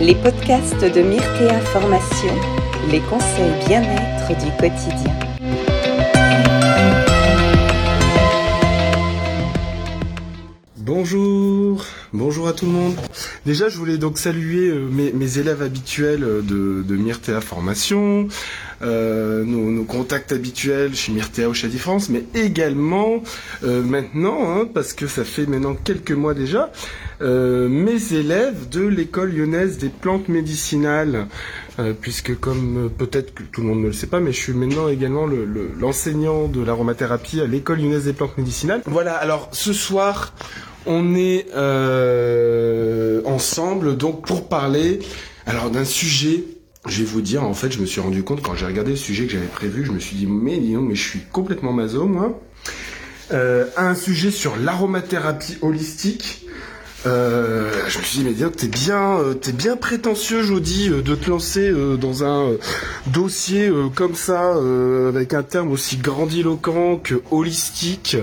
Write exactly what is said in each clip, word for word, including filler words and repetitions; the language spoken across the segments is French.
Les podcasts de Myrtea Formation, les conseils bien-être du quotidien. Bonjour, bonjour à tout le monde. Déjà, je voulais donc saluer euh, mes, mes élèves habituels de, de Myrtea Formation, euh, nos, nos contacts habituels chez Myrtea au Chadi France, mais également euh, maintenant, hein, parce que ça fait maintenant quelques mois déjà, euh, mes élèves de l'école lyonnaise des plantes médicinales, euh, puisque comme euh, peut-être que tout le monde ne le sait pas, mais je suis maintenant également le, le, l'enseignant de l'aromathérapie à l'école lyonnaise des plantes médicinales. Voilà, alors ce soir, on est euh, ensemble donc pour parler alors d'un sujet. Je vais vous dire, en fait, je me suis rendu compte quand j'ai regardé le sujet que j'avais prévu, je me suis dit mais dis donc, mais je suis complètement maso moi. Euh, un sujet sur l'aromathérapie holistique. Euh, je me suis dit mais dis donc, t'es bien, euh, t'es bien prétentieux, Jody, euh, de te lancer euh, dans un euh, dossier euh, comme ça, euh, avec un terme aussi grandiloquent que holistique.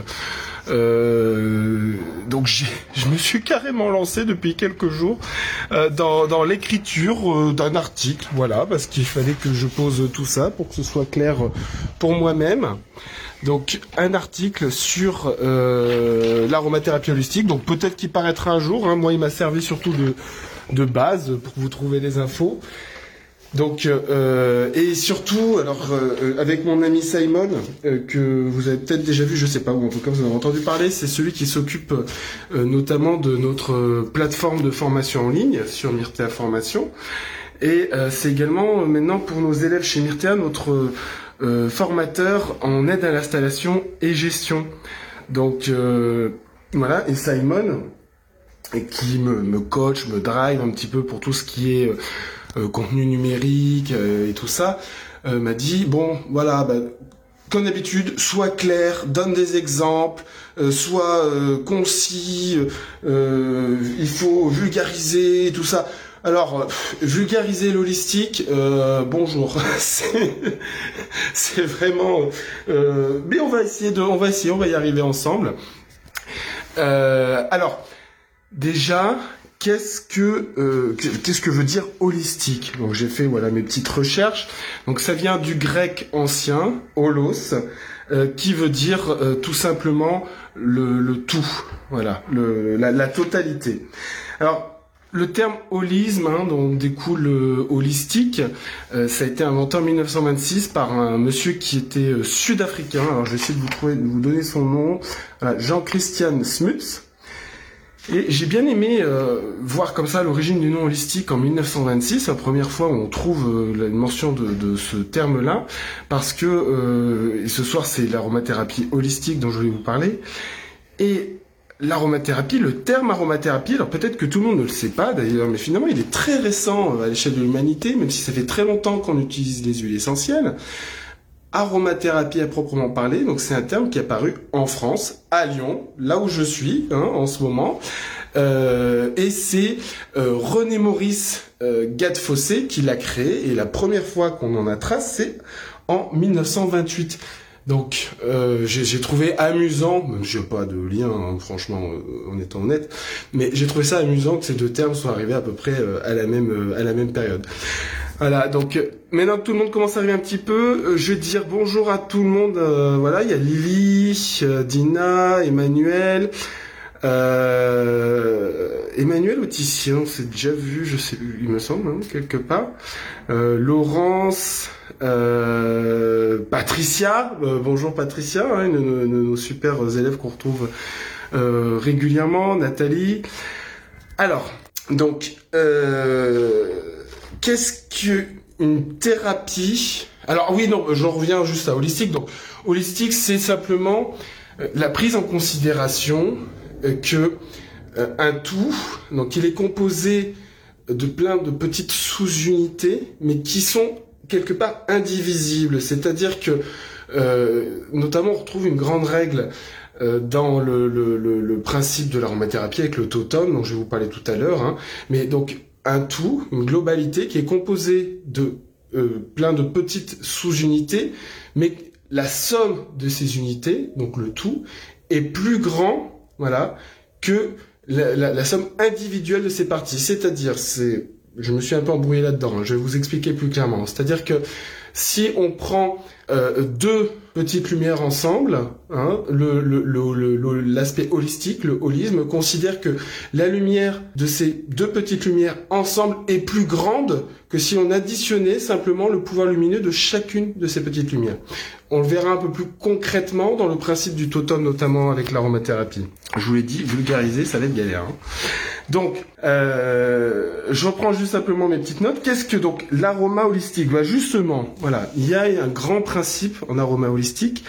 Euh, donc j'ai, je me suis carrément lancé depuis quelques jours euh, dans, dans l'écriture euh, d'un article, voilà, parce qu'il fallait que je pose tout ça pour que ce soit clair pour moi-même. Donc un article sur euh, l'aromathérapie holistique, donc peut-être qu'il paraîtra un jour, hein. Moi il m'a servi surtout de, de base pour que vous trouviez les infos. Donc euh, et surtout, alors euh, avec mon ami Simon euh, que vous avez peut-être déjà vu, je sais pas, ou en tout cas vous en avez entendu parler, c'est celui qui s'occupe euh, notamment de notre euh, plateforme de formation en ligne sur Myrtea Formation, et euh, c'est également euh, maintenant pour nos élèves chez Myrtea notre euh, formateur en aide à l'installation et gestion. Donc euh, voilà, et Simon et qui me, me coach, me drive un petit peu pour tout ce qui est euh, Euh, contenu numérique euh, et tout ça, euh, m'a dit bon voilà, bah, comme d'habitude, sois clair, donne des exemples, euh, sois euh, concis, euh, il faut vulgariser tout ça. Alors euh, vulgariser l'holistique, euh, bonjour, c'est, c'est vraiment. Euh, mais on va essayer de, on va essayer, on va y arriver ensemble. Euh, alors déjà. Qu'est-ce que euh, qu'est-ce que veut dire holistique? Donc j'ai fait voilà mes petites recherches. Donc ça vient du grec ancien holos, euh, qui veut dire euh, tout simplement le, le tout, voilà, le, la, la totalité. Alors le terme holisme, hein, dont découle euh, holistique, euh, ça a été inventé en mille neuf cent vingt-six par un monsieur qui était euh, sud-africain. Alors je vais essayer de vous trouver, de vous donner son nom. Voilà, Jean-Christian Smuts. Et j'ai bien aimé euh, voir comme ça l'origine du nom holistique en mille neuf cent vingt-six, la première fois où on trouve euh, une mention de, de ce terme-là, parce que euh, et ce soir c'est l'aromathérapie holistique dont je voulais vous parler. Et l'aromathérapie, le terme aromathérapie, alors peut-être que tout le monde ne le sait pas d'ailleurs, mais finalement il est très récent à l'échelle de l'humanité, même si ça fait très longtemps qu'on utilise les huiles essentielles. Aromathérapie à proprement parler, donc c'est un terme qui est apparu en France, à Lyon, là où je suis hein, en ce moment, euh, et c'est euh, René Maurice euh, Gadefossé qui l'a créé, et la première fois qu'on en a trace, c'est en mille neuf cent vingt-huit. Donc euh, j'ai, j'ai trouvé amusant, même si j'ai pas de lien, hein, franchement, euh, en étant honnête, mais j'ai trouvé ça amusant que ces deux termes soient arrivés à peu près euh, à la même euh, à la même période. Voilà, donc euh, maintenant que tout le monde commence à arriver un petit peu, euh, je vais dire bonjour à tout le monde. Euh, voilà, il y a Lily, euh, Dina, Emmanuel, euh, Emmanuel Autissien, on s'est déjà vu, je sais, il me semble, hein, quelque part. Euh, Laurence, euh, Patricia, euh, bonjour Patricia, hein, une, une, une de nos super élèves qu'on retrouve euh, régulièrement, Nathalie. Alors, donc. Euh, Qu'est-ce qu'une thérapie? Alors oui, non, j'en reviens juste à holistique. Donc, holistique, c'est simplement euh, la prise en considération euh, que euh, un tout, donc il est composé de plein de petites sous-unités, mais qui sont quelque part indivisibles. C'est-à-dire que, euh, notamment, on retrouve une grande règle euh, dans le, le, le, le principe de l'aromathérapie avec le totem, dont je vais vous parler tout à l'heure. Hein. Mais donc un tout, une globalité qui est composée de euh, plein de petites sous-unités, mais la somme de ces unités, donc le tout, est plus grand, voilà, que la, la, la somme individuelle de ces parties. C'est-à-dire, c'est je me suis un peu embrouillé là-dedans, hein, je vais vous expliquer plus clairement. C'est-à-dire que si on prend euh, deux petites lumières ensemble, hein, le, le, le, le, l'aspect holistique, le holisme, considère que la lumière de ces deux petites lumières ensemble est plus grande que si on additionnait simplement le pouvoir lumineux de chacune de ces petites lumières. On le verra un peu plus concrètement dans le principe du totem, notamment avec l'aromathérapie. Je vous l'ai dit, vulgariser, ça va être galère. Hein. Donc, euh, je reprends juste simplement mes petites notes. Qu'est-ce que donc l'aroma holistique ? Bah justement, voilà, il y a un grand principe en aroma holistique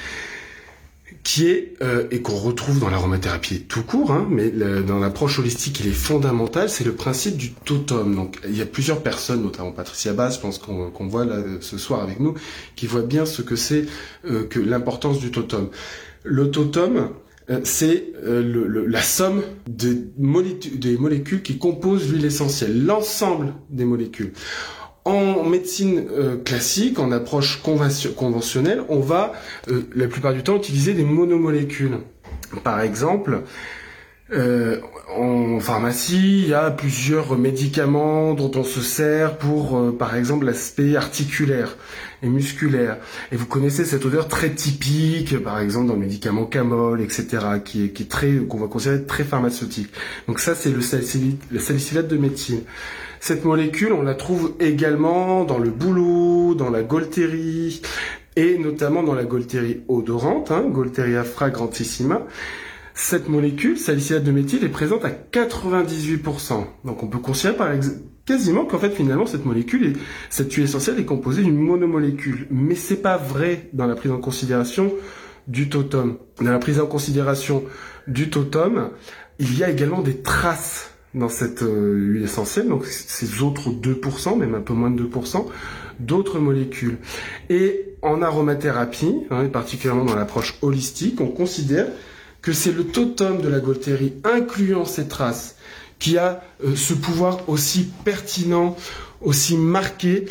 qui est, euh, et qu'on retrouve dans l'aromathérapie tout court, hein, mais le, dans l'approche holistique, il est fondamental, c'est le principe du totem. Donc, il y a plusieurs personnes, notamment Patricia Bass, je pense qu'on, qu'on voit là ce soir avec nous, qui voient bien ce que c'est euh, que l'importance du totem. Le totem, euh, c'est euh, le, le, la somme des, molécules, des molécules qui composent l'huile essentielle, l'ensemble des molécules. En médecine euh, classique, en approche conventionnelle, on va euh, la plupart du temps utiliser des monomolécules. Par exemple, euh, en pharmacie, il y a plusieurs médicaments dont on se sert pour, euh, par exemple, l'aspect articulaire et musculaire. Et vous connaissez cette odeur très typique, par exemple, dans le médicament Camol, et cetera, qui est, qui est très, qu'on va considérer très pharmaceutique. Donc ça, c'est le salicylate, le salicylate de méthyle. Cette molécule, on la trouve également dans le bouleau, dans la Gaultérie, et notamment dans la Gaultérie odorante, hein, Gaulteria fragrantissima. Cette molécule, salicylate de méthyle, est présente à quatre-vingt-dix-huit pour cent. Donc on peut considérer par ex- quasiment qu'en fait finalement cette molécule, est, cette huile essentielle est composée d'une monomolécule. Mais c'est pas vrai dans la prise en considération du totem. Dans la prise en considération du totem, il y a également des traces dans cette euh, huile essentielle, donc ces autres deux pour cent, même un peu moins de deux pour cent, d'autres molécules. Et en aromathérapie, hein, et particulièrement dans l'approche holistique, on considère que c'est le totem de la Gaultérie, incluant ces traces, qui a euh, ce pouvoir aussi pertinent, aussi marqué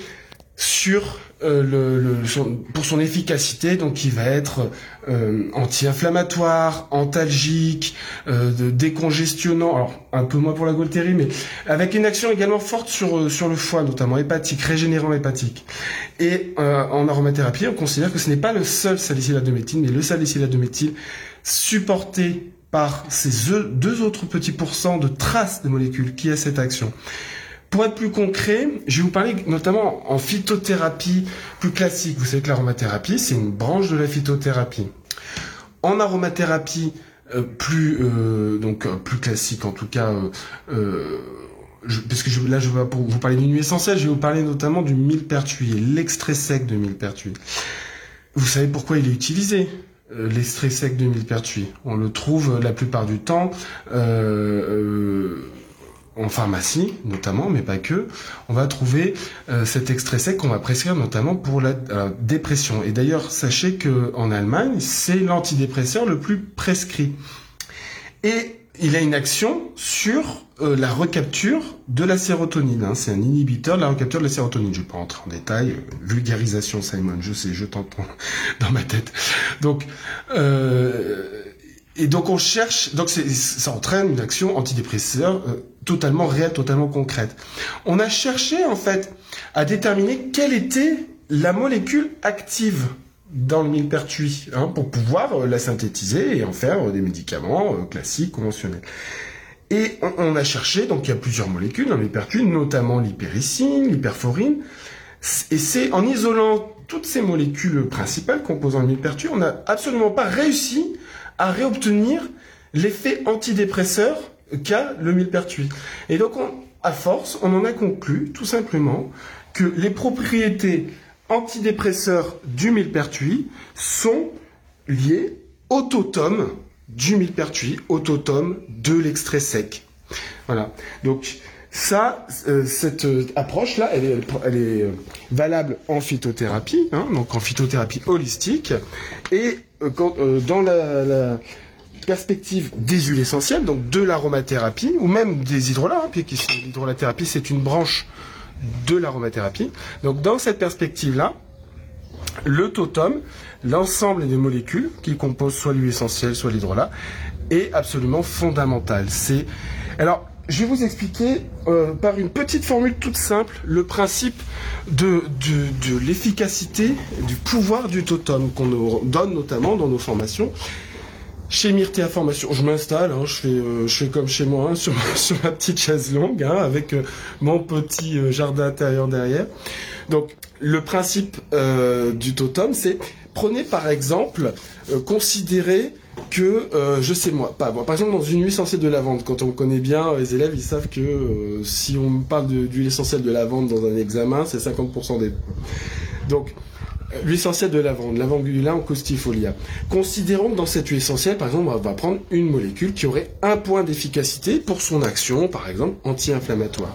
sur euh, le, le son, pour son efficacité, donc il va être euh, anti-inflammatoire, antalgique, euh, de, décongestionnant, alors un peu moins pour la Gaultérie, mais avec une action également forte sur sur le foie, notamment hépatique, régénérant l'hépatique. Et euh, en aromathérapie, on considère que ce n'est pas le seul salicylate de méthyle, mais le salicylate de méthyle supporté par ces deux autres petits pourcents de traces de molécules qui a cette action. Pour être plus concret, je vais vous parler notamment en phytothérapie plus classique. Vous savez que l'aromathérapie, c'est une branche de la phytothérapie. En aromathérapie euh, plus euh, donc euh, plus classique, en tout cas, euh, euh, je, parce que je, là, je vais pour vous parler d'une huile essentielle, je vais vous parler notamment du millepertuis, l'extrait sec de millepertuis. Vous savez pourquoi il est utilisé ? Euh, l'extrait sec de millepertuis. On le trouve euh, la plupart du temps. Euh, euh, En pharmacie, notamment, mais pas que, on va trouver euh, cet extrait sec qu'on va prescrire notamment pour la euh, dépression. Et d'ailleurs, sachez que en Allemagne, c'est l'antidépresseur le plus prescrit. Et il a une action sur euh, la recapture de la sérotonine. Hein. C'est un inhibiteur de la recapture de la sérotonine. Je ne vais pas rentrer en détail. Vulgarisation, Simon, je sais, je t'entends dans ma tête. Donc, euh, et donc on cherche, donc c'est, ça entraîne une action antidépresseur euh, totalement réelle, totalement concrète. On a cherché en fait à déterminer quelle était la molécule active dans le millepertuis, hein, pour pouvoir euh, la synthétiser et en faire euh, des médicaments euh, classiques, conventionnels. Et on, on a cherché, donc il y a plusieurs molécules dans le millepertuis, notamment l'hypericine, l'hyperforine, et c'est en isolant toutes ces molécules principales composant le millepertuis, on n'a absolument pas réussi à réobtenir l'effet antidépresseur qu'a le millepertuis. Et donc, on, à force, on en a conclu, tout simplement, que les propriétés antidépresseurs du millepertuis sont liées au totem du millepertuis, au totem de l'extrait sec. Voilà. Donc, ça, euh, cette euh, approche-là, elle est, elle est euh, valable en phytothérapie, hein, donc en phytothérapie holistique, et euh, quand, euh, dans la, la perspective des huiles essentielles, donc de l'aromathérapie, ou même des hydrolats, hein, puisque l'hydrolathérapie, c'est une branche de l'aromathérapie. Donc dans cette perspective-là, le totem, l'ensemble des molécules qui composent soit l'huile essentielle, soit l'hydrolat, est absolument fondamental. C'est... Alors, je vais vous expliquer euh, par une petite formule toute simple le principe de, de, de l'efficacité, du pouvoir du totem qu'on nous donne notamment dans nos formations. Chez Myrtea Formation, je m'installe, hein, je fais, euh, je fais comme chez moi, hein, sur, ma, sur ma petite chaise longue, hein, avec euh, mon petit euh, jardin intérieur derrière. Donc, le principe euh, du totem, c'est, prenez par exemple, euh, considérez que, euh, je sais moi, pas, bon, par exemple dans une huile essentielle de lavande, quand on connaît bien, les élèves, ils savent que euh, si on parle d'huile essentielle de lavande dans un examen, c'est cinquante pour cent des... Donc, l'huile essentielle de lavande, lavandula angustifolia. Considérons que dans cette huile essentielle, par exemple, on va prendre une molécule qui aurait un point d'efficacité pour son action, par exemple, anti-inflammatoire.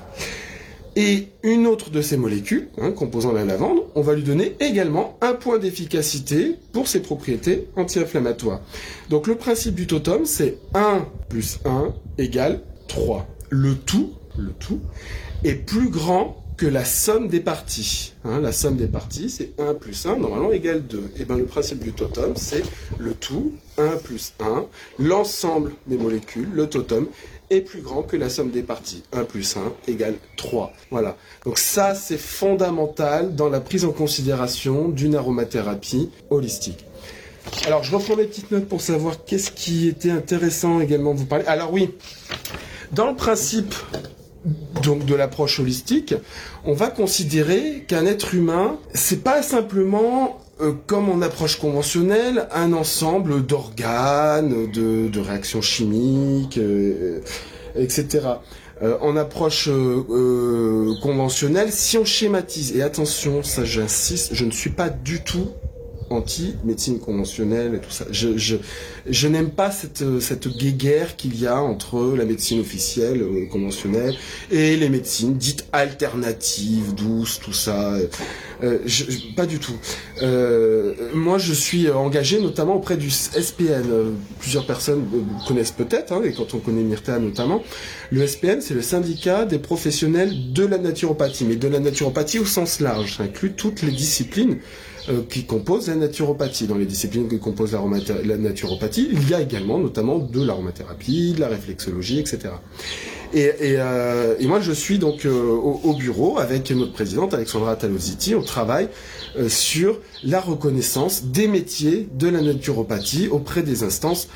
Et une autre de ces molécules, hein, composant la lavande, on va lui donner également un point d'efficacité pour ses propriétés anti-inflammatoires. Donc le principe du totem, c'est un plus un égale trois. Le tout, le tout, est plus grand que la somme des parties. Hein, la somme des parties, c'est un plus un, normalement, égale deux. Et bien, le principe du totem, c'est le tout, un plus un, l'ensemble des molécules, le totem, est plus grand que la somme des parties. un plus un égale trois. Voilà. Donc ça, c'est fondamental dans la prise en considération d'une aromathérapie holistique. Alors, je reprends mes petites notes pour savoir qu'est-ce qui était intéressant également de vous parler. Alors oui, dans le principe donc de l'approche holistique, on va considérer qu'un être humain, c'est pas simplement euh, comme en approche conventionnelle, un ensemble d'organes, de, de réactions chimiques, euh, et cetera. Euh, en approche euh, euh, conventionnelle, si on schématise, et attention, ça j'insiste, je ne suis pas du tout anti-médecine conventionnelle et tout ça. Je, je, je n'aime pas cette, cette guéguerre qu'il y a entre la médecine officielle, euh, conventionnelle, et les médecines dites alternatives, douces, tout ça. Euh, je, je, pas du tout. Euh, moi, je suis engagé notamment auprès du S P N. Euh, plusieurs personnes euh, connaissent peut-être, hein, et quand on connaît Myrtea notamment, le S P N, c'est le syndicat des professionnels de la naturopathie, mais de la naturopathie au sens large. Ça inclut toutes les disciplines Euh, qui composent la naturopathie. Dans les disciplines qui composent la naturopathie, il y a également notamment de l'aromathérapie, de la réflexologie, et cetera. Et, et, euh, et moi, je suis donc euh, au, au bureau avec notre présidente Alexandra Talositi. On travaille euh, sur la reconnaissance des métiers de la naturopathie auprès des instances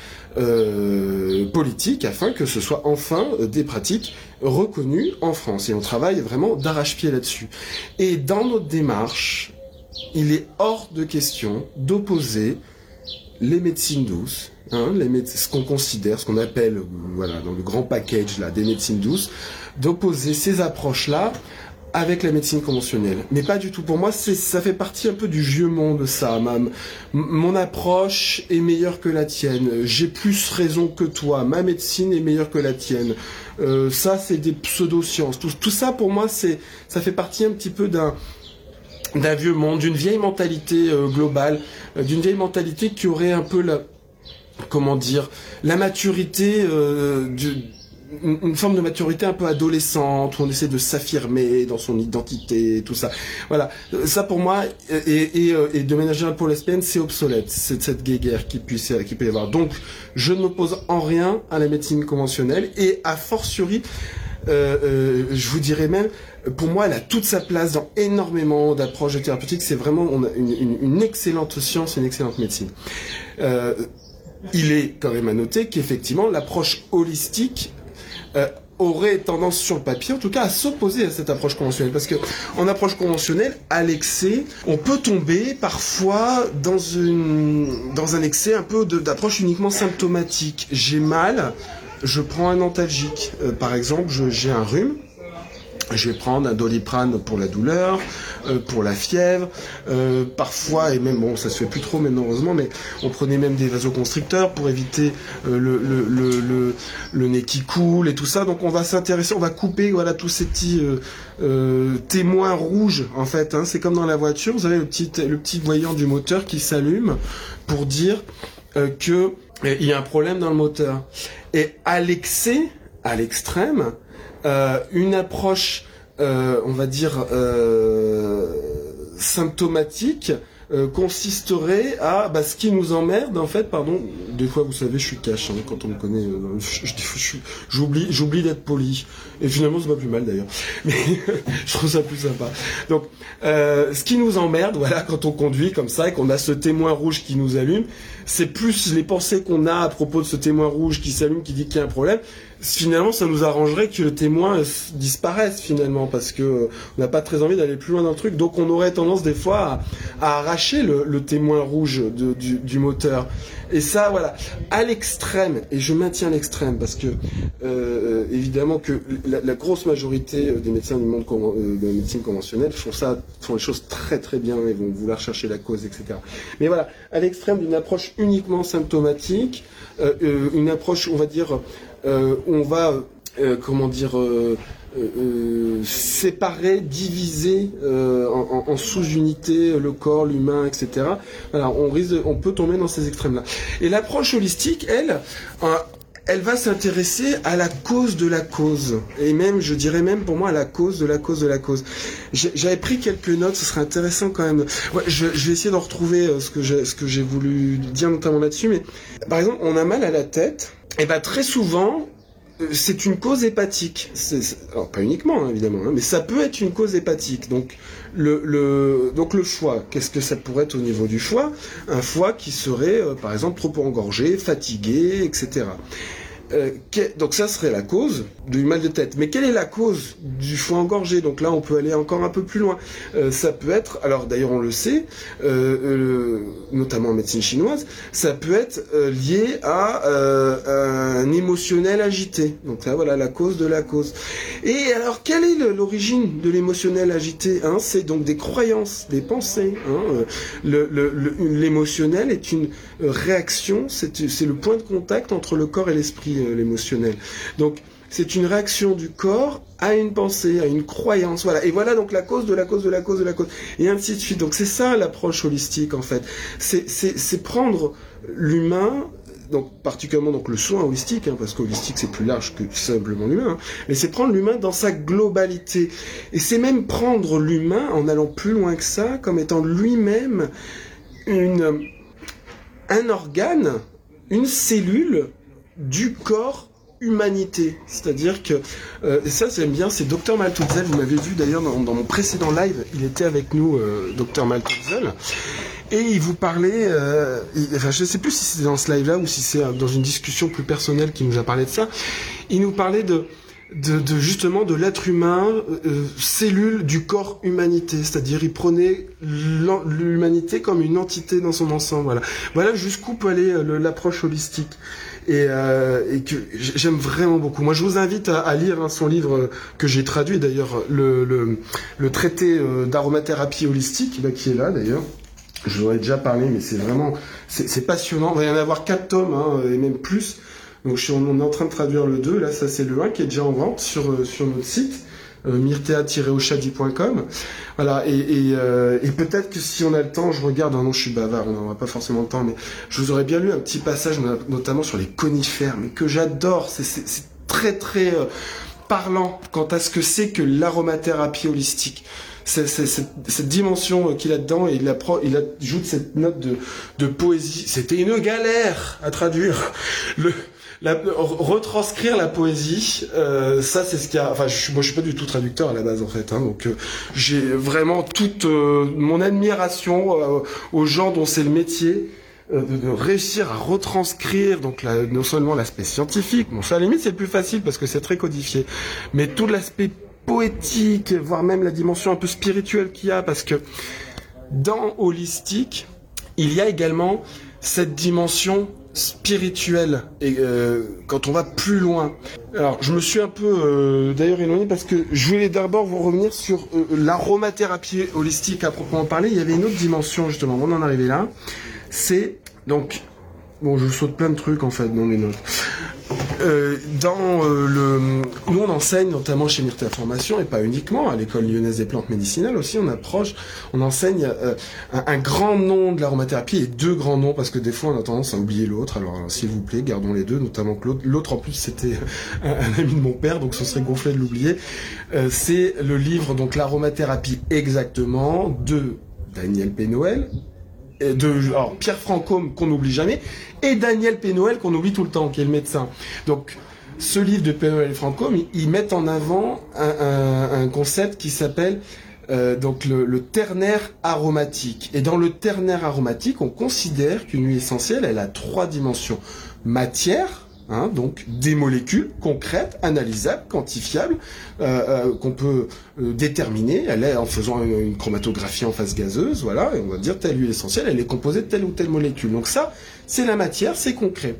euh, politiques, afin que ce soit enfin euh, des pratiques reconnues en France. Et on travaille vraiment d'arrache-pied là-dessus. Et dans notre démarche, il est hors de question d'opposer les médecines douces, hein, les méde- ce qu'on considère, ce qu'on appelle, voilà, dans le grand package là, des médecines douces, d'opposer ces approches-là avec la médecine conventionnelle. Mais pas du tout. Pour moi, c'est, ça fait partie un peu du vieux monde, ça. Ma, m- mon approche est meilleure que la tienne. J'ai plus raison que toi. Ma médecine est meilleure que la tienne. Euh, ça, c'est des pseudosciences. Tout, tout ça, pour moi, c'est, ça fait partie un petit peu d'un d'un vieux monde, d'une vieille mentalité euh, globale, euh, d'une vieille mentalité qui aurait un peu la, comment dire, la maturité, euh, du, une, une forme de maturité un peu adolescente, où on essaie de s'affirmer dans son identité, tout ça. Voilà, ça pour moi, et, et, et de manière générale pour l'S P N, c'est obsolète, c'est cette guéguerre qui puisse, qui peut y avoir. Donc, je ne m'oppose en rien à la médecine conventionnelle, et a fortiori, euh, euh, je vous dirais même, pour moi, elle a toute sa place dans énormément d'approches thérapeutiques. C'est vraiment on a une, une, une excellente science, une excellente médecine. Euh, il est quand même à noter qu'effectivement, l'approche holistique euh, aurait tendance sur le papier, en tout cas, à s'opposer à cette approche conventionnelle. Parce que en approche conventionnelle, à l'excès, on peut tomber parfois dans, une, dans un excès un peu de, d'approche uniquement symptomatique. J'ai mal, je prends un antalgique. Euh, par exemple, je, j'ai un rhume. Je vais prendre un Doliprane pour la douleur, euh, pour la fièvre, euh, parfois, et même, bon, ça se fait plus trop maintenant heureusement, mais on prenait même des vasoconstricteurs pour éviter euh, le, le, le, le, le nez qui coule et tout ça. Donc on va s'intéresser, on va couper voilà, tous ces petits euh, euh, témoins rouges, en fait. Hein. C'est comme dans la voiture, vous avez le petit, le petit voyant du moteur qui s'allume pour dire euh, que euh, il y a un problème dans le moteur. Et à l'excès, à l'extrême, Euh, une approche, euh, on va dire, euh, symptomatique, euh, consisterait à bah, ce qui nous emmerde en fait, pardon, des fois vous savez je suis cash hein, quand on me connaît, euh, je- je- je- j'oublie j'oublie d'être poli et finalement c'est pas plus mal d'ailleurs, mais je trouve ça plus sympa. Donc euh, ce qui nous emmerde, voilà, quand on conduit comme ça et qu'on a ce témoin rouge qui nous allume, c'est plus les pensées qu'on a à propos de ce témoin rouge qui s'allume, qui dit qu'il y a un problème. Finalement, ça nous arrangerait que le témoin euh, disparaisse finalement, parce que euh, on n'a pas très envie d'aller plus loin dans le truc. Donc, on aurait tendance des fois à, à arracher le, le témoin rouge de, du, du moteur. Et ça, voilà, à l'extrême. Et je maintiens l'extrême parce que euh, évidemment que la, la grosse majorité des médecins du monde con- euh, de la médecine conventionnelle font ça, font les choses très très bien et vont vouloir chercher la cause, et cetera. Mais voilà, à l'extrême d'une approche uniquement symptomatique, euh, euh, une approche, on va dire. Euh, on va, euh, comment dire, euh, euh, séparer, diviser euh, en, en, en sous-unités le corps, l'humain, et cetera. Voilà, on risque, de, on peut tomber dans ces extrêmes-là. Et l'approche holistique, elle, euh, elle va s'intéresser à la cause de la cause, et même, je dirais même pour moi, à la cause de la cause de la cause. J'ai, j'avais pris quelques notes, ce serait intéressant quand même. Ouais, je, je vais essayer de retrouver euh, ce que j'ai, ce que j'ai voulu dire notamment là-dessus. Mais par exemple, on a mal à la tête. Et ben très souvent, c'est une cause hépatique. C'est, c'est, alors pas uniquement hein, évidemment, hein, mais ça peut être une cause hépatique. Donc le, le, donc le foie, qu'est-ce que ça pourrait être au niveau du foie? Un foie qui serait euh, par exemple trop engorgé, fatigué, et cetera. Euh, que, donc ça serait la cause du mal de tête. Mais quelle est la cause du foie engorgé? Donc là, on peut aller encore un peu plus loin. Euh, ça peut être, alors d'ailleurs on le sait, euh, euh, notamment en médecine chinoise, ça peut être euh, lié à euh, un émotionnel agité. Donc là, voilà la cause de la cause. Et alors, quelle est le, l'origine de l'émotionnel agité hein? C'est donc des croyances, des pensées. Hein? Le, le, le, l'émotionnel est une réaction, c'est, c'est le point de contact entre le corps et l'esprit. L'émotionnel. Donc, c'est une réaction du corps à une pensée, à une croyance. Voilà. Et voilà donc la cause de la cause de la cause de la cause. Et ainsi de suite. Donc, c'est ça l'approche holistique, en fait. C'est, c'est, c'est prendre l'humain, donc particulièrement donc le soin holistique, hein, parce qu'holistique c'est plus large que simplement l'humain, hein, mais c'est prendre l'humain dans sa globalité. Et c'est même prendre l'humain en allant plus loin que ça, comme étant lui-même une, un organe, une cellule du corps humanité. C'est-à-dire que, euh, et ça j'aime bien, c'est docteur Maltouzel, vous m'avez vu d'ailleurs dans, dans mon précédent live, il était avec nous, euh, docteur Maltouzel, et il vous parlait, euh, il, enfin je ne sais plus si c'est dans ce live-là ou si c'est dans une discussion plus personnelle qu'il nous a parlé de ça, il nous parlait de De, de justement de l'être humain, euh, cellule du corps humanité, c'est-à-dire il prenait l'humanité comme une entité dans son ensemble. Voilà, voilà jusqu'où peut aller euh, le, l'approche holistique et, euh, et que j'aime vraiment beaucoup. Moi, je vous invite à, à lire hein, son livre que j'ai traduit d'ailleurs, le, le, le traité euh, d'aromathérapie holistique, là, qui est là d'ailleurs. Je vous en ai déjà parlé, mais c'est vraiment c'est, c'est passionnant. Il va y en avoir quatre tomes hein, et même plus. Donc je suis, on est en train de traduire le deux, là ça c'est le un qui est déjà en vente sur, euh, sur notre site, euh, myrtea tiret oshadi point com. Voilà, et, et, euh, et peut-être que si on a le temps, je regarde, non, non je suis bavard, on n'aura pas forcément le temps, mais je vous aurais bien lu un petit passage, notamment sur les conifères, mais que j'adore, c'est, c'est, c'est très très euh, parlant quant à ce que c'est que l'aromathérapie holistique. C'est, c'est, c'est, cette dimension qu'il a dedans, et il, a pro, il ajoute cette note de, de poésie. C'était une galère à traduire. Le, la, retranscrire la poésie, euh, ça c'est ce qu'il y a. Enfin, je, moi je suis pas du tout traducteur à la base en fait, hein, donc euh, j'ai vraiment toute euh, mon admiration euh, aux gens dont c'est le métier. Euh, de, de réussir à retranscrire donc la, non seulement l'aspect scientifique, bon ça à la limite c'est le plus facile parce que c'est très codifié, mais tout l'aspect poétique, voire même la dimension un peu spirituelle qu'il y a, parce que dans holistique, il y a également cette dimension spirituelle, et euh, quand on va plus loin. Alors, je me suis un peu euh, d'ailleurs éloigné parce que je voulais d'abord vous revenir sur euh, l'aromathérapie holistique à proprement parler. Il y avait une autre dimension justement, on en arrivait là. C'est donc, bon, je saute plein de trucs en fait dans les notes. Euh, dans euh, le, nous on enseigne notamment chez Myrtea Formation et pas uniquement à l'école lyonnaise des plantes médicinales aussi, on approche, on enseigne euh, un, un grand nom de l'aromathérapie et deux grands noms parce que des fois on a tendance à oublier l'autre. Alors euh, s'il vous plaît, gardons les deux, notamment que l'autre, l'autre en plus c'était un, un ami de mon père, donc ce serait gonflé de l'oublier. Euh, c'est le livre donc l'aromathérapie exactement de Daniel Pénoël, de alors, Pierre Francôme, qu'on n'oublie jamais, et Daniel Pénoël, qu'on oublie tout le temps, qui est le médecin. Donc, ce livre de Pénoël et Francôme, ils mettent en avant un, un, un concept qui s'appelle euh, donc le, le ternaire aromatique. Et dans le ternaire aromatique, on considère qu'une huile essentielle, elle a trois dimensions. Matière, hein, donc des molécules concrètes, analysables, quantifiables, euh, euh, qu'on peut euh, déterminer. Elle est en faisant une, une chromatographie en phase gazeuse, voilà, et on va dire telle huile essentielle, elle est composée de telle ou telle molécule. Donc ça, c'est la matière, c'est concret.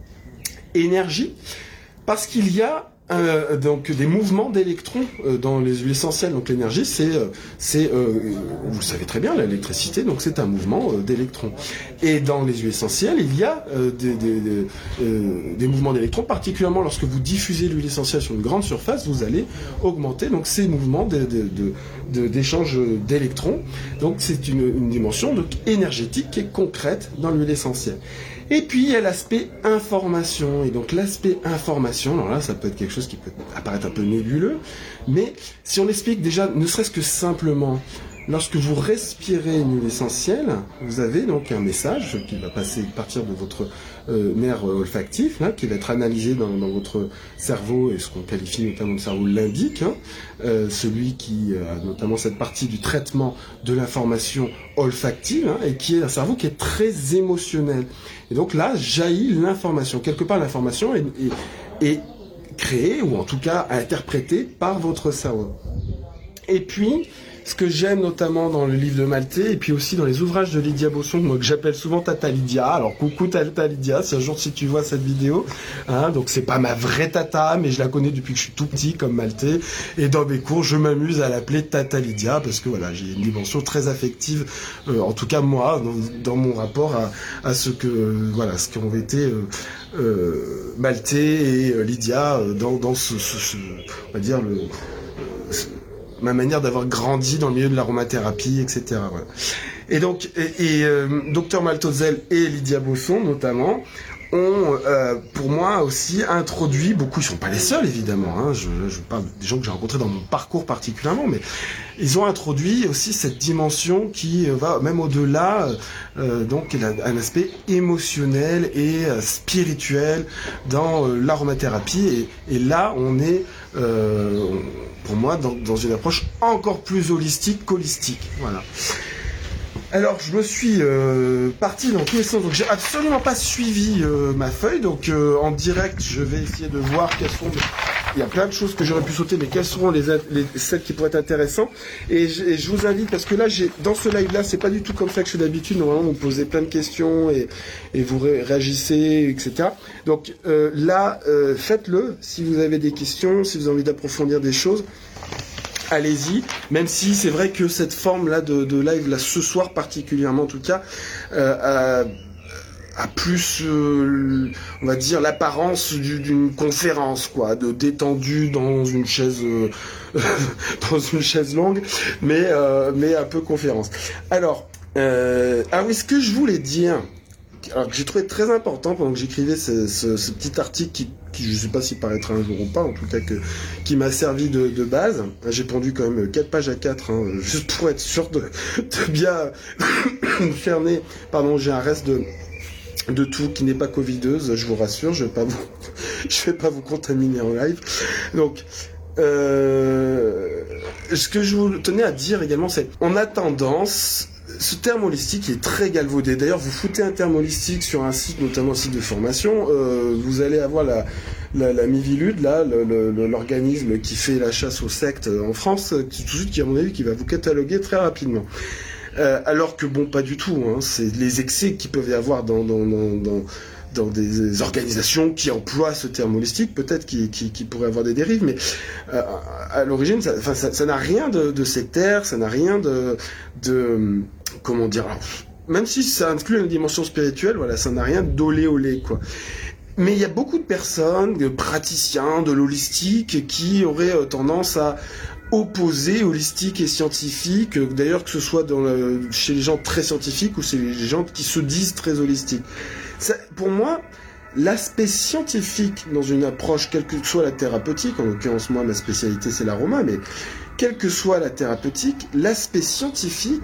Énergie. Parce qu'il y a euh, donc des mouvements d'électrons euh, dans les huiles essentielles. Donc l'énergie, c'est, euh, c'est euh, vous le savez très bien, l'électricité, donc c'est un mouvement euh, d'électrons. Et dans les huiles essentielles, il y a euh, des, des, des, euh, des mouvements d'électrons, particulièrement lorsque vous diffusez l'huile essentielle sur une grande surface, vous allez augmenter donc ces mouvements de, de, de, de, d'échange d'électrons. Donc c'est une, une dimension donc, énergétique qui est concrète dans l'huile essentielle. Et puis il y a l'aspect information, et donc l'aspect information, alors là ça peut être quelque chose qui peut apparaître un peu nébuleux, mais si on explique déjà, ne serait-ce que simplement, lorsque vous respirez une huile essentielle, vous avez donc un message qui va passer, partir de votre euh, nerf olfactif, là, qui va être analysé dans, dans votre cerveau, et ce qu'on qualifie notamment de cerveau limbique, hein, euh, celui qui a notamment cette partie du traitement de l'information olfactive, hein, et qui est un cerveau qui est très émotionnel. Et donc là, jaillit l'information. Quelque part, l'information est, est, est créée, ou en tout cas interprétée par votre cerveau. Et puis, ce que j'aime notamment dans le livre de Maltais, et puis aussi dans les ouvrages de Lydia Bosson, moi, que j'appelle souvent Tata Lydia. Alors coucou Tata Lydia, si un jour si tu vois cette vidéo, hein, donc c'est pas ma vraie tata, mais je la connais depuis que je suis tout petit comme Maltais, et dans mes cours je m'amuse à l'appeler Tata Lydia parce que voilà, j'ai une dimension très affective, euh, en tout cas moi, dans, dans mon rapport à, à ce que euh, voilà, ce qu'ont été euh, euh, Maltais et euh, Lydia euh, dans, dans ce, ce, ce, on va dire le ce, ma manière d'avoir grandi dans le milieu de l'aromathérapie, et cetera. Voilà. Et donc, et, et euh, docteur Malthozel et Lydia Bosson notamment ont, euh, pour moi aussi, introduit beaucoup. Ils sont pas les seuls évidemment. Hein, je, je parle des gens que j'ai rencontrés dans mon parcours particulièrement, mais ils ont introduit aussi cette dimension qui va même au-delà, euh, donc un aspect émotionnel et euh, spirituel dans euh, l'aromathérapie. Et, et là, on est euh, pour moi, dans, dans une approche encore plus holistique qu'holistique. Voilà. Alors, je me suis euh, parti dans tous les sens. Donc, j'ai absolument pas suivi euh, ma feuille. Donc, euh, en direct, je vais essayer de voir quelles sont. Les... Il y a plein de choses que j'aurais pu sauter, mais quelles seront les, les celles qui pourraient être intéressantes. Et je, et je vous invite, parce que là, j'ai dans ce live-là, c'est pas du tout comme ça que je fais d'habitude. Normalement, vous posez plein de questions et, et vous ré réagissez, et cetera. Donc euh, là, euh, faites-le. Si vous avez des questions, si vous avez envie d'approfondir des choses, allez-y. Même si c'est vrai que cette forme-là de, de live, là, ce soir particulièrement en tout cas, euh, a, a plus, euh, on va dire, l'apparence d'une conférence, quoi, de détendu dans une chaise, euh, dans une chaise longue, mais euh, mais un peu conférence. Alors, euh, ah oui, ce que je voulais dire, alors que j'ai trouvé très important pendant que j'écrivais ce, ce, ce petit article qui, qui, je sais pas s'il paraîtra un jour ou pas, en tout cas que qui m'a servi de, de base. J'ai pondu quand même quatre pages à quatre, hein, juste pour être sûr de, de bien cerner. Pardon, j'ai un reste de de tout qui n'est pas covideuse, je vous rassure, je vais pas vous, je vais pas vous contaminer en live. Donc, euh, ce que je vous tenais à dire également, c'est, on a tendance, ce terme holistique est très galvaudé. D'ailleurs, vous foutez un terme holistique sur un site, notamment un site de formation, euh, vous allez avoir la, la, la Mivilude, là, le, le, l'organisme qui fait la chasse aux sectes en France, tout de suite, qui à mon avis, qui va vous cataloguer très rapidement. Euh, alors que bon, pas du tout. Hein, c'est les excès qu'il peut y avoir dans, dans, dans, dans, dans des organisations qui emploient ce terme holistique, peut-être qui, qui, qui pourraient avoir des dérives, mais euh, à l'origine, ça, enfin, ça, ça n'a rien de, de sectaire, ça n'a rien de, de comment dire. Alors, même si ça inclut une dimension spirituelle, voilà, ça n'a rien d'olé olé quoi. Mais il y a beaucoup de personnes, de praticiens de l'holistique, qui auraient tendance à opposer holistique et scientifique, d'ailleurs que ce soit dans le, chez les gens très scientifiques ou chez les gens qui se disent très holistiques. Ça, pour moi, l'aspect scientifique dans une approche, quelle que soit la thérapeutique, en l'occurrence moi ma spécialité c'est l'aroma, mais quelle que soit la thérapeutique, l'aspect scientifique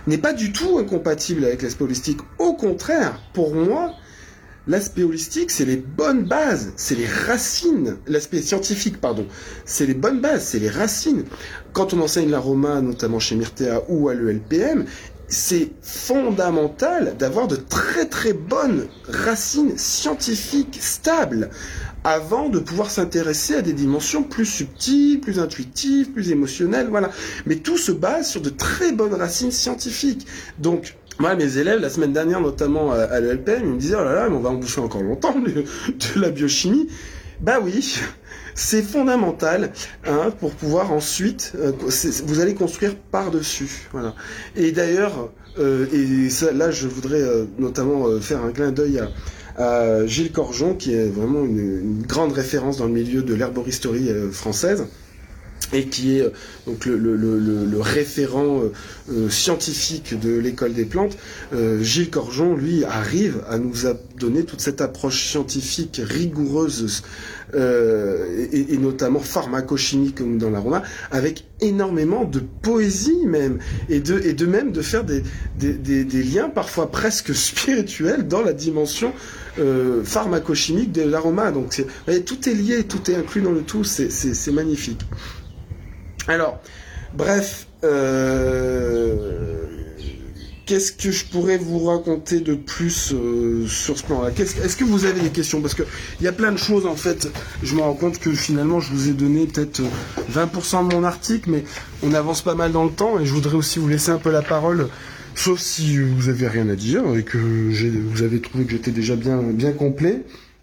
n'est pas du tout incompatible avec l'aspect holistique. Au contraire, pour moi, l'aspect holistique, c'est les bonnes bases, c'est les racines. L'aspect scientifique, pardon, c'est les bonnes bases, c'est les racines. Quand on enseigne l'aroma, notamment chez Myrtea ou à l'E L P M, c'est fondamental d'avoir de très très bonnes racines scientifiques stables avant de pouvoir s'intéresser à des dimensions plus subtiles, plus intuitives, plus émotionnelles, voilà. Mais tout se base sur de très bonnes racines scientifiques. Donc, moi, mes élèves, la semaine dernière, notamment à l'E L P M, ils me disaient « Oh là là, mais on va en bouffer encore longtemps de, de la biochimie ». Bah oui, c'est fondamental hein, pour pouvoir ensuite, euh, vous allez construire par-dessus. Voilà. Et d'ailleurs, euh, et ça, là, je voudrais euh, notamment euh, faire un clin d'œil à, à Gilles Corjon, qui est vraiment une, une grande référence dans le milieu de l'herboristerie euh, française, et qui est euh, donc le, le, le, le référent euh, euh, scientifique de l'école des plantes. euh, Gilles Corjon, lui, arrive à nous a donné toute cette approche scientifique rigoureuse euh, et, et notamment pharmacochimique comme dans l'aroma, avec énormément de poésie même, et de, et de même de faire des, des, des, des liens parfois presque spirituels dans la dimension euh, pharmacochimique de l'aroma. Donc c'est, voyez, tout est lié, tout est inclus dans le tout, c'est, c'est, c'est magnifique. Alors, bref, euh, qu'est-ce que je pourrais vous raconter de plus euh, sur ce plan-là ? Qu'est-ce, Est-ce que vous avez des questions ? Parce que il y a plein de choses, en fait. Je me rends compte que finalement, je vous ai donné peut-être vingt pour cent de mon article, mais on avance pas mal dans le temps, et je voudrais aussi vous laisser un peu la parole, sauf si vous avez rien à dire et que j'ai, vous avez trouvé que j'étais déjà bien, bien complet.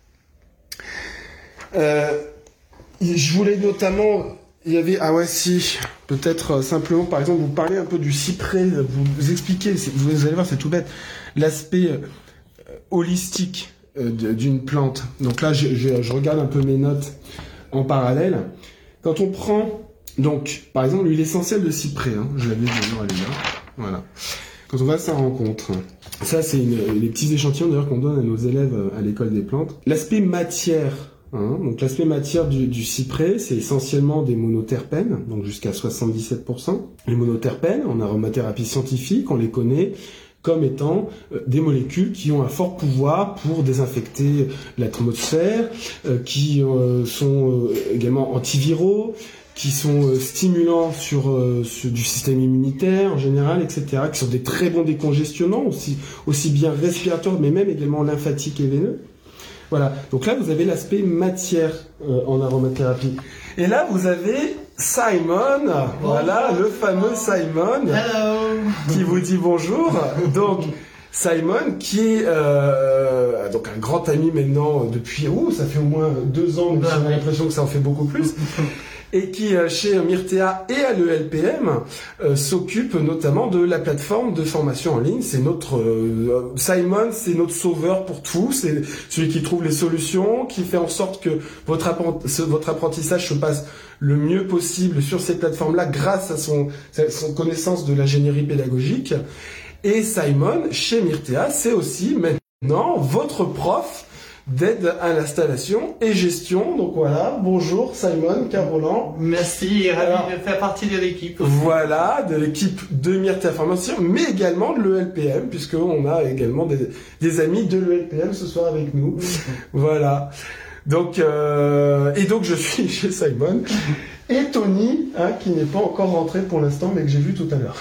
Euh, je voulais notamment... Il y avait, ah ouais, si, peut-être euh, simplement, par exemple, vous parlez un peu du cyprès, vous, vous expliquez, vous allez voir, c'est tout bête, l'aspect euh, holistique euh, d'une plante. Donc là, je, je, je regarde un peu mes notes en parallèle. Quand on prend, donc, par exemple, l'huile essentielle de cyprès, hein, je l'avais dit, non, elle est là, voilà. Quand on va à sa rencontre, ça, c'est une, les petits échantillons d'ailleurs qu'on donne à nos élèves à l'école des plantes. L'aspect matière, Hein, donc l'aspect matière du, du cyprès, c'est essentiellement des monoterpènes, donc jusqu'à soixante-dix-sept pour cent. Les monoterpènes, en aromathérapie scientifique, on les connaît comme étant euh, des molécules qui ont un fort pouvoir pour désinfecter l'atmosphère, euh, qui euh, sont euh, également antiviraux, qui sont euh, stimulants sur, euh, sur du système immunitaire en général, et cetera, qui sont des très bons décongestionnants, aussi, aussi bien respiratoires, mais même également lymphatiques et veineux. Voilà, donc là vous avez l'aspect matière euh, en aromathérapie. Et là vous avez Simon, oh, voilà, le fameux Simon, hello, qui vous dit bonjour. Donc Simon qui est euh, donc un grand ami maintenant depuis, ouh, ça fait au moins deux ans, mais j'ai l'impression que ça en fait beaucoup plus. Et qui, chez Myrtea et à l'E L P M, euh, s'occupe notamment de la plateforme de formation en ligne. C'est notre euh, Simon, c'est notre sauveur pour tout. C'est celui qui trouve les solutions, qui fait en sorte que votre, apprenti- votre apprentissage se passe le mieux possible sur ces plateformes-là, grâce à son, son connaissance de l'ingénierie pédagogique. Et Simon, chez Myrtea, c'est aussi maintenant votre prof d'aide à l'installation et gestion. Donc voilà, bonjour Simon Carolan. Merci, ravi Alors, de faire partie de l'équipe. Voilà, de l'équipe de Myrtea Formation, mais également de l'E L P M, puisqu'on a également des, des amis de l'E L P M ce soir avec nous. Voilà. Donc, euh, et donc je suis chez Simon. Et Tony, hein, qui n'est pas encore rentré pour l'instant, mais que j'ai vu tout à l'heure.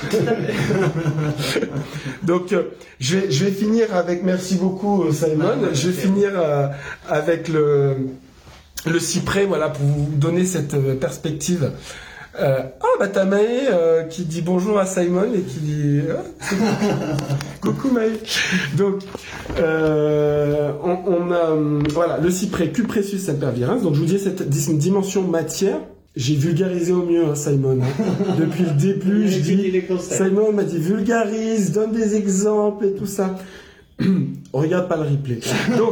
Donc, euh, je vais, je vais finir avec, merci beaucoup Simon, je vais finir euh, avec le, le cyprès, voilà, pour vous donner cette euh, perspective. Euh, oh, bah t'as Maë euh, qui dit bonjour à Simon et qui dit oh, coucou Maë. Donc euh, on, on a euh, voilà le cyprès Cupressus sempervirens. Donc je vous dis cette dimension matière. J'ai vulgarisé au mieux, hein, Simon. Depuis le début, je dis Simon m'a dit vulgarise, donne des exemples et tout ça. On regarde pas le replay. Donc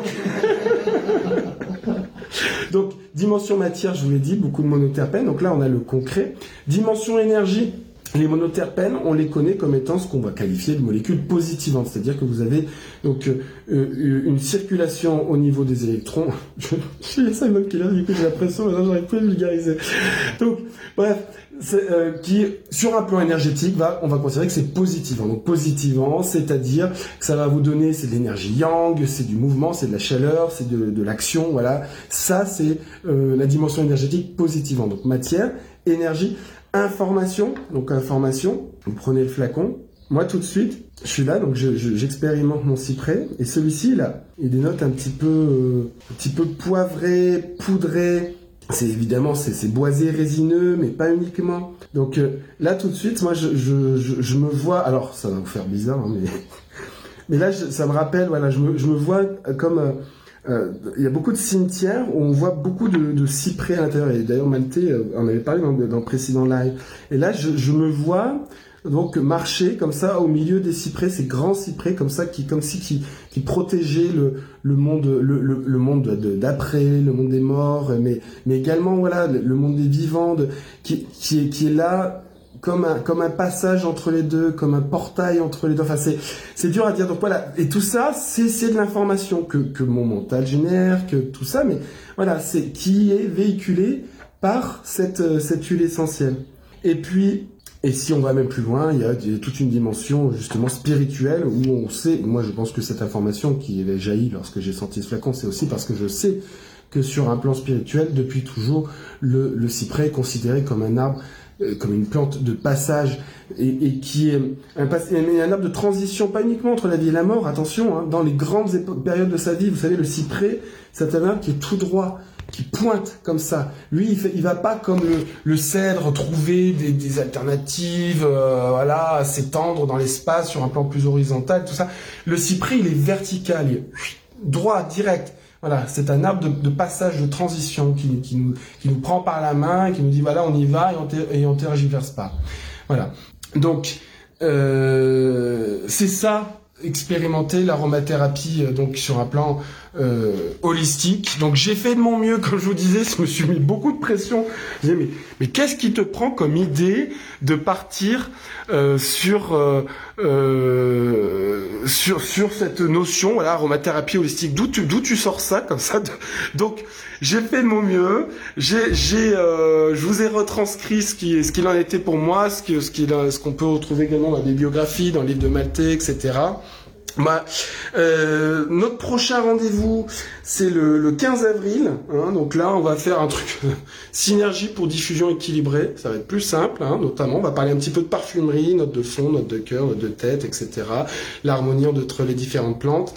Donc, dimension matière, je vous l'ai dit, beaucoup de monoterpènes. Donc là, on a le concret. Dimension énergie, les monoterpènes, on les connaît comme étant ce qu'on va qualifier de molécules positivantes. C'est-à-dire que vous avez donc euh, une circulation au niveau des électrons. Je sais Simon qui l'a dit que j'ai l'impression, maintenant j'arrive plus à vulgariser. Donc, bref, c'est, euh, qui, sur un plan énergétique, va, on va considérer que c'est positivant. Donc positivant, c'est-à-dire que ça va vous donner, c'est de l'énergie yang, c'est du mouvement, c'est de la chaleur, c'est de, de l'action, voilà. Ça, c'est euh, la dimension énergétique positivant. Donc matière, énergie, information. Donc information, vous prenez le flacon. Moi, tout de suite, je suis là, donc je, je, j'expérimente mon cyprès. Et celui-ci, là, il dénote un petit peu, euh, un petit peu poivré, poudré. C'est évidemment, c'est, c'est boisé, résineux, mais pas uniquement. Donc euh, là, tout de suite, moi, je, je, je, je me vois... Alors, ça va vous faire bizarre, hein, mais... mais là, je, ça me rappelle, voilà, je me, je me vois comme... Euh, euh, il y a beaucoup de cimetières où on voit beaucoup de, de cyprès à l'intérieur. Et d'ailleurs, Malte euh, en avait parlé dans, dans le précédent live. Et là, je, je me vois... donc marcher comme ça au milieu des cyprès, ces grands cyprès comme ça, qui comme si qui, qui protégeaient le, le monde, le, le, le monde de, d'après, le monde des morts, mais, mais également voilà le, le monde des vivants, de, qui, qui est qui est là comme un comme un passage entre les deux, comme un portail entre les deux. Enfin c'est c'est dur à dire. Donc voilà, et tout ça c'est c'est de l'information que que mon mental génère, que tout ça, mais voilà, c'est qui est véhiculé par cette cette huile essentielle. Et puis Et si on va même plus loin, il y a toute une dimension justement spirituelle où on sait, moi je pense que cette information qui avait jailli lorsque j'ai senti ce flacon, c'est aussi parce que je sais que sur un plan spirituel, depuis toujours, le, le cyprès est considéré comme un arbre, euh, comme une plante de passage et, et qui est un, un arbre de transition, pas uniquement entre la vie et la mort, attention, hein, dans les grandes épo- périodes de sa vie, vous savez, le cyprès, c'est un arbre qui est tout droit, qui pointe comme ça. Lui, il fait, il va pas comme le, le cèdre trouver des, des alternatives, euh, voilà, s'étendre dans l'espace sur un plan plus horizontal, tout ça. Le cyprès, il est vertical, il est droit, direct. Voilà, c'est un arbre de, de passage, de transition qui, qui nous, qui nous prend par la main, et qui nous dit voilà, on y va et on, ter, et on tergiverse pas. Voilà. Donc, euh, c'est ça. Expérimenter l'aromathérapie euh, donc sur un plan euh, holistique. Donc j'ai fait de mon mieux, comme je vous disais, je me suis mis beaucoup de pression. Je disais, mais, mais qu'est-ce qui te prend comme idée de partir euh, sur, euh, euh, sur sur cette notion, voilà, aromathérapie holistique. D'où tu d'où tu sors ça comme ça de... Donc j'ai fait de mon mieux. J'ai j'ai euh, je vous ai retranscrit ce qui ce qu'il en était pour moi, ce qui ce qu'il ce qu'on peut retrouver également dans des biographies, dans le livre de Malte, et cetera. Bah, euh, notre prochain rendez-vous, c'est le, le quinze avril. Hein, donc là, on va faire un truc synergie pour diffusion équilibrée. Ça va être plus simple, hein, notamment. On va parler un petit peu de parfumerie, notes de fond, notes de cœur, notes de tête, et cetera. L'harmonie entre les différentes plantes.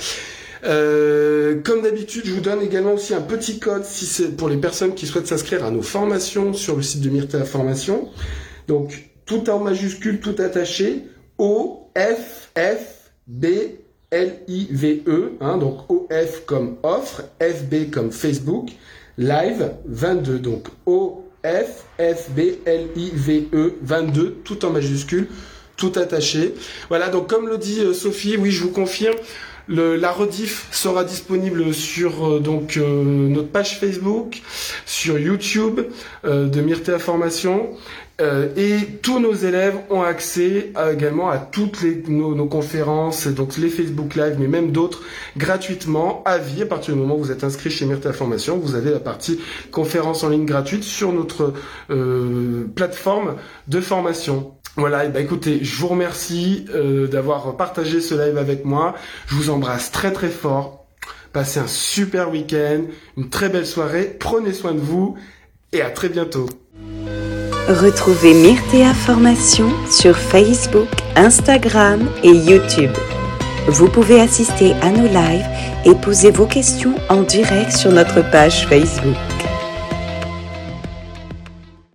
Euh, comme d'habitude, je vous donne également aussi un petit code si c'est pour les personnes qui souhaitent s'inscrire à nos formations sur le site de Myrtea Formation. Donc, tout en majuscule, tout attaché. O F F B L I V E, hein, donc O F comme offre, F B comme Facebook, live vingt-deux, donc O F F B L I V E vingt-deux, tout en majuscule, tout attaché. Voilà, donc comme le dit euh, Sophie, oui, je vous confirme, le, la rediff sera disponible sur euh, donc euh, notre page Facebook, sur YouTube euh, de Myrtea Formation. Euh, et tous nos élèves ont accès à, également à toutes les, nos, nos conférences, donc les Facebook Live, mais même d'autres, gratuitement, à vie. À partir du moment où vous êtes inscrit chez Myrtea Formation, vous avez la partie conférence en ligne gratuite sur notre euh, plateforme de formation. Voilà, et ben écoutez, je vous remercie euh, d'avoir partagé ce live avec moi. Je vous embrasse très très fort. Passez un super week-end, une très belle soirée. Prenez soin de vous et à très bientôt. Retrouvez Myrtea Formation sur Facebook, Instagram et YouTube. Vous pouvez assister à nos lives et poser vos questions en direct sur notre page Facebook.